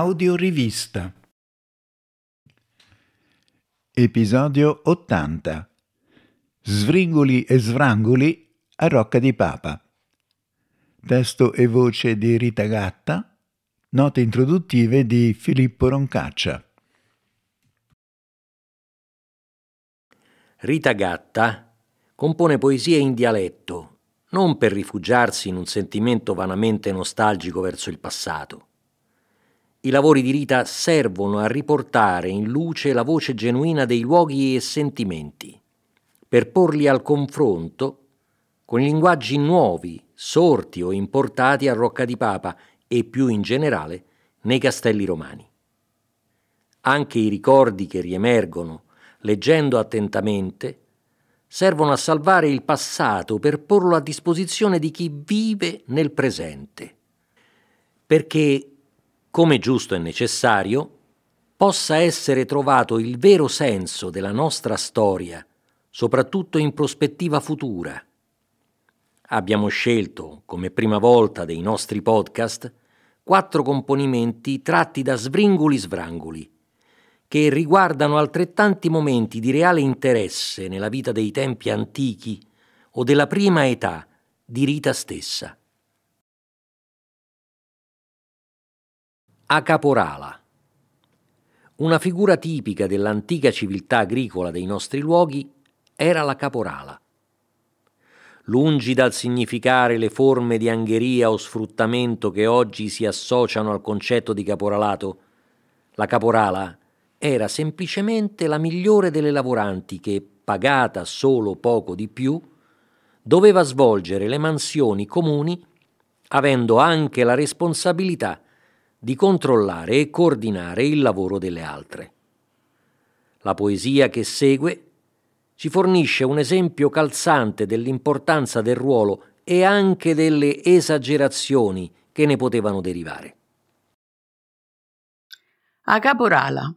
Audiorivista. Episodio 80. Svringoli e svrangoli a Rocca di Papa. Testo e voce di Rita Gatta. Note introduttive di Filippo Roncaccia. Rita Gatta compone poesie in dialetto, non per rifugiarsi in un sentimento vanamente nostalgico verso il passato. I lavori di Rita servono a riportare in luce la voce genuina dei luoghi e sentimenti, per porli al confronto con i linguaggi nuovi, sorti o importati a Rocca di Papa e più in generale nei castelli romani. Anche i ricordi che riemergono, leggendo attentamente, servono a salvare il passato per porlo a disposizione di chi vive nel presente, perché, come giusto e necessario, possa essere trovato il vero senso della nostra storia, soprattutto in prospettiva futura. Abbiamo scelto, come prima volta dei nostri podcast, 4 componimenti tratti da Svringoli Svrangoli, che riguardano altrettanti momenti di reale interesse nella vita dei tempi antichi o della prima età di Rita stessa. A Caporala. Una figura tipica dell'antica civiltà agricola dei nostri luoghi era la caporala. Lungi dal significare le forme di angheria o sfruttamento che oggi si associano al concetto di caporalato, la caporala era semplicemente la migliore delle lavoranti che, pagata solo poco di più, doveva svolgere le mansioni comuni avendo anche la responsabilità di controllare e coordinare il lavoro delle altre. La poesia che segue ci fornisce un esempio calzante dell'importanza del ruolo e anche delle esagerazioni che ne potevano derivare. A Caporala.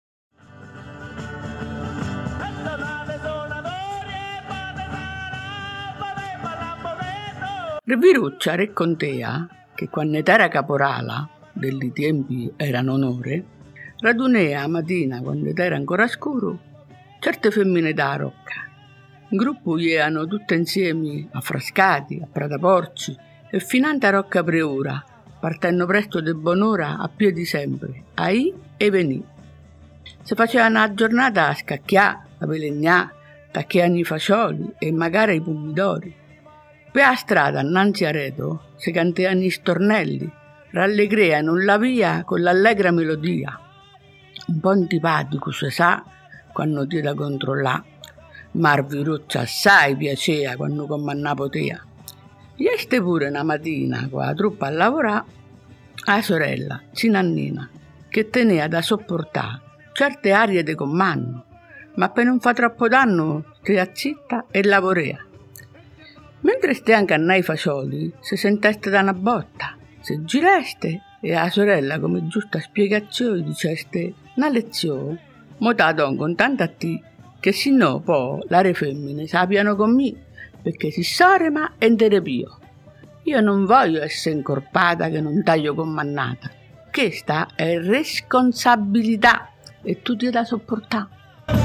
Reviruccia raccontea che quando era caporala, degli tempi erano onore, radunea a mattina quando era ancora scuro, certe femmine da Rocca. In gruppo erano tutte insieme affrascati, a Prataporci e finanche a Rocca Preura, partendo presto de buon'ora a piedi sempre, ai e venì. Si facevano una giornata a scacchià, a pelegnà, tacchiani i fagioli e magari i pomidori. Per la strada, annanzi a Reto, si canteano i stornelli, rallegreano la via con l'allegra melodia. Un po' antipatico, si sa, quando ti da controllare, ma Arviruccia assai piaceva quando comandava potea. Ieste pure una mattina, con la truppa a lavorare, la sorella, Cinannina, che teneva da sopportare certe arie di comando, ma per non fa troppo danno, stia zitta e lavorea. Mentre ste anche a noi fagioli, si senteste da una botta, se gireste e la sorella, come giusta spiegazione, diceste una lezione, motato con tanta T, che se no poi le femmine sappiano con me, perché si sorema e terapio. Io non voglio essere incorpata che non taglio comandata. Questa è responsabilità e tu ti da sopportare.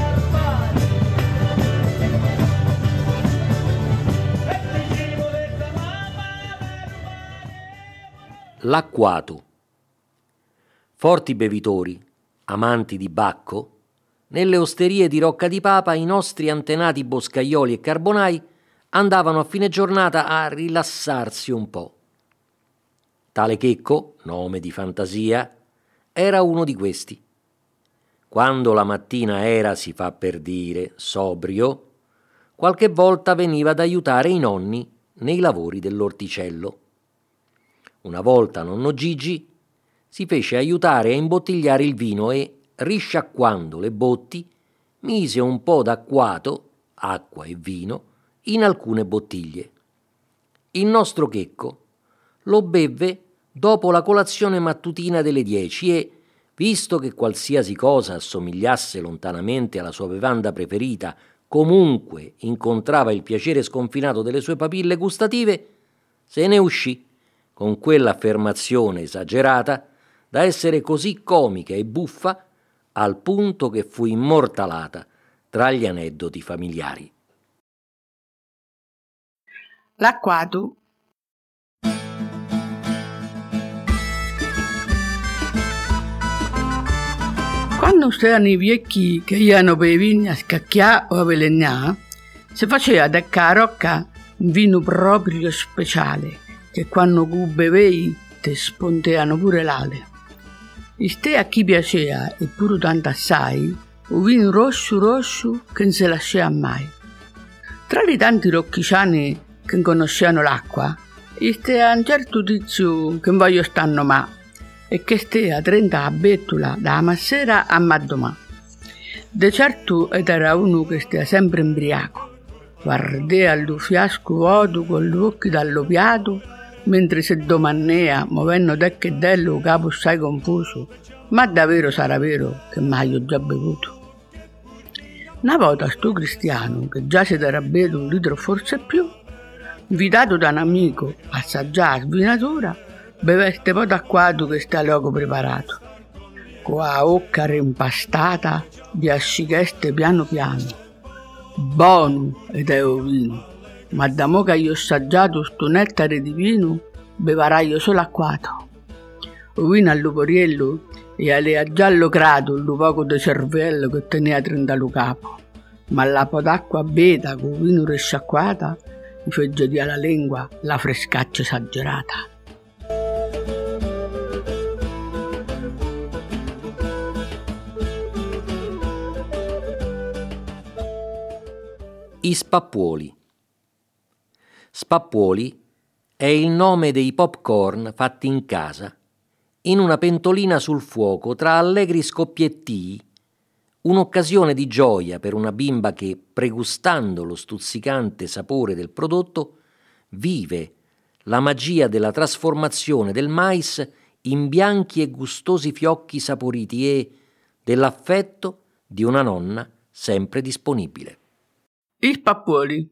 L'acquato. Forti bevitori, amanti di bacco, nelle osterie di Rocca di Papa i nostri antenati boscaioli e carbonai andavano a fine giornata a rilassarsi un po'. Tale Checco, nome di fantasia, era uno di questi. Quando la mattina era, si fa per dire, sobrio, qualche volta veniva ad aiutare i nonni nei lavori dell'orticello. Una volta nonno Gigi si fece aiutare a imbottigliare il vino e, risciacquando le botti, mise un po' d'acquato, acqua e vino, in alcune bottiglie. Il nostro Checco lo bevve dopo la colazione mattutina delle 10 e, visto che qualsiasi cosa assomigliasse lontanamente alla sua bevanda preferita, comunque incontrava il piacere sconfinato delle sue papille gustative, se ne uscì con quell'affermazione esagerata da essere così comica e buffa al punto che fu immortalata tra gli aneddoti familiari. L'acquato. Quando stavano i vecchi che iano per i vigni a scacchiare o a velegnare, si faceva da rocca un vino proprio speciale, che quando bevei te sponteano pure l'ale. E ste a chi piaceva, e pure tanto assai, un vino rosso che non si lasciava mai. Tra i tanti rocchiciani che non conoscevano l'acqua, ste a un certo tizio che non voglio stanno mai, e che stea 30 a bettula da massera a maddomà. De certo ed era uno che stea sempre imbriaco. Guardea allo fiasco vuoto con gli occhi dall'opiato, mentre si domannea, muovendo decche e dello capo assai confuso, ma davvero sarà vero che mai ho già bevuto. Una volta sto cristiano, che già si era bevuto un litro forse più, invitato da un amico a assaggiare la svinatura, beveste po' d'acquato che sta loco preparato. Con la occa rimpastata vi ascicheste piano piano. Buono ed è vino, ma da mo' che io ho assaggiato sto nettare di vino, bevarà io solo acquato. O vino al luporiello e alea giallo grato il poco di cervello che teneva 30 lo capo, ma la po' d'acqua beta con vino risciacquata mi fece di alla lingua la frescaccia esagerata. I spappuoli. Spappuoli è il nome dei popcorn fatti in casa, in una pentolina sul fuoco tra allegri scoppiettii, un'occasione di gioia per una bimba che, pregustando lo stuzzicante sapore del prodotto, vive la magia della trasformazione del mais in bianchi e gustosi fiocchi saporiti e dell'affetto di una nonna sempre disponibile. I spappuoli.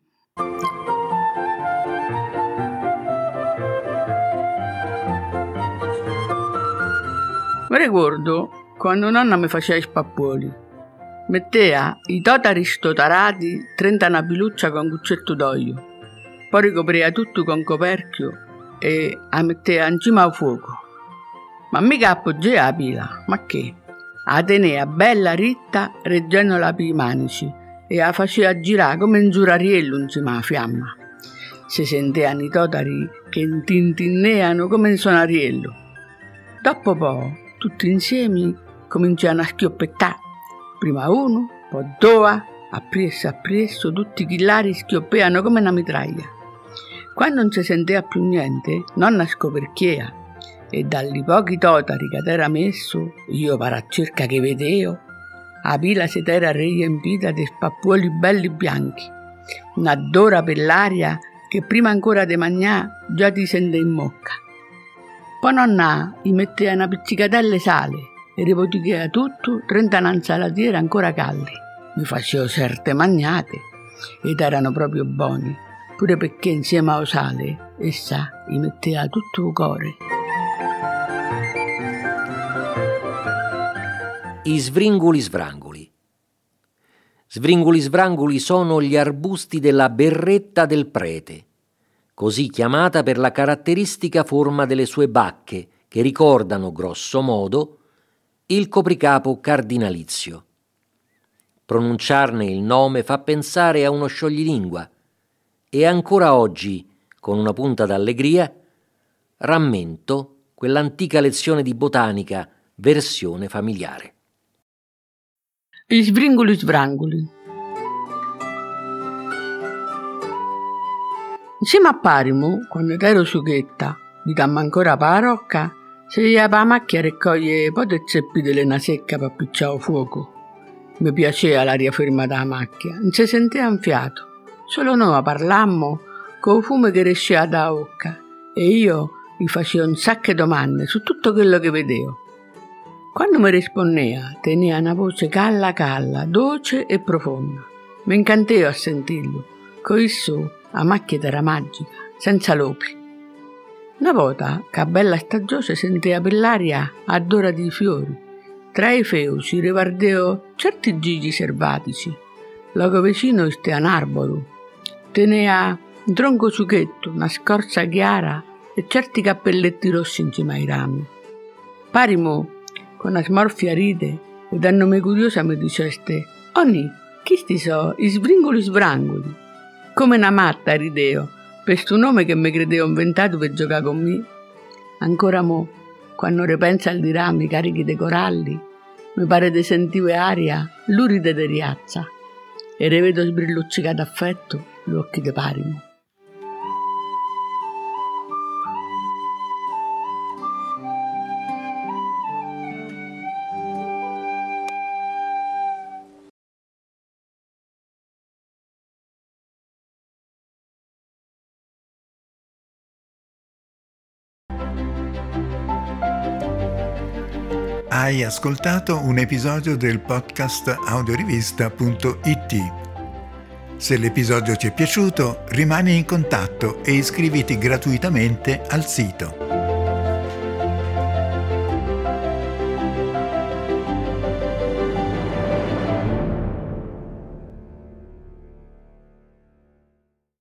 Mi ricordo quando nonna mi faceva i spappuoli. Metteva i totari stotarati 30 una piluccia con cuccetto d'olio, poi ricopriva tutto con coperchio e la metteva in cima al fuoco. Ma mica appoggiava la pila, ma che? La teneva bella ritta reggendola per i manici e la faceva girare come un giurariello insieme alla fiamma. Si sentivano i totari che tintinneano come un sonariello. Dopo poco, tutti insieme cominciano a schioppettare. Prima uno, poi due, appresso, tutti i chillari schioppeano come una mitraglia. Quando non si sentiva più niente, nonna scoperchieva e dagli pochi totari che era messo, io para cerca che vedevo, la pila si era riempita di spappuoli belli bianchi, una dora per l'aria che prima ancora di mangiare già ti sente in mocca. Poi nonna gli metteva una pizzicatella sale e ripoticheva tutto 30 un'insalatiera ancora caldi. Mi facevo certe magnate ed erano proprio buoni, pure perché insieme al sale essa gli metteva tutto il cuore. I svringoli svrangoli. Svringoli svrangoli sono gli arbusti della berretta del prete, così chiamata per la caratteristica forma delle sue bacche che ricordano, grosso modo, il copricapo cardinalizio. Pronunciarne il nome fa pensare a uno scioglilingua e ancora oggi, con una punta d'allegria, rammento quell'antica lezione di botanica versione familiare. I svringoli svrangoli. Insieme a Parimo, quando ero sughetta, di damma ancora a parocca, si iva la macchia a raccogliere po' dei zeppi delle nasecca per appicciare fuoco. Mi piaceva l'aria ferma della macchia, non si sentiva un fiato. Solo noi parlammo con il fumo che esceva da bocca e io gli facevo un sacco di domande su tutto quello che vedevo. Quando mi rispondeva, teneva una voce calla, dolce e profonda. Mi incantavo a sentirlo. Con esso la macchia era magica, senza lopi. Una volta che a bella stagione sentiva per l'aria odore di fiori. Tra i feusi rivardeo certi gigi selvatici. Logo vicino stea un arbolo. Tenea un tronco succhetto, una scorza chiara e certi cappelletti rossi in cima ai rami. Parimo, con una smorfia ride, vedendomi curiosa mi diceste: «Onni, chi sti so, i svringoli svrangoli?» Come una matta rideo, per sto nome che mi credeo inventato per giocare con me. Ancora mo, quando ripenso al di rami carichi dei coralli, mi pare di sentire aria lurida di riazza e rivedo sbrilluccica d'affetto gli occhi di Parimo. Hai ascoltato un episodio del podcast audiorivista.it. Se l'episodio ti è piaciuto, rimani in contatto e iscriviti gratuitamente al sito.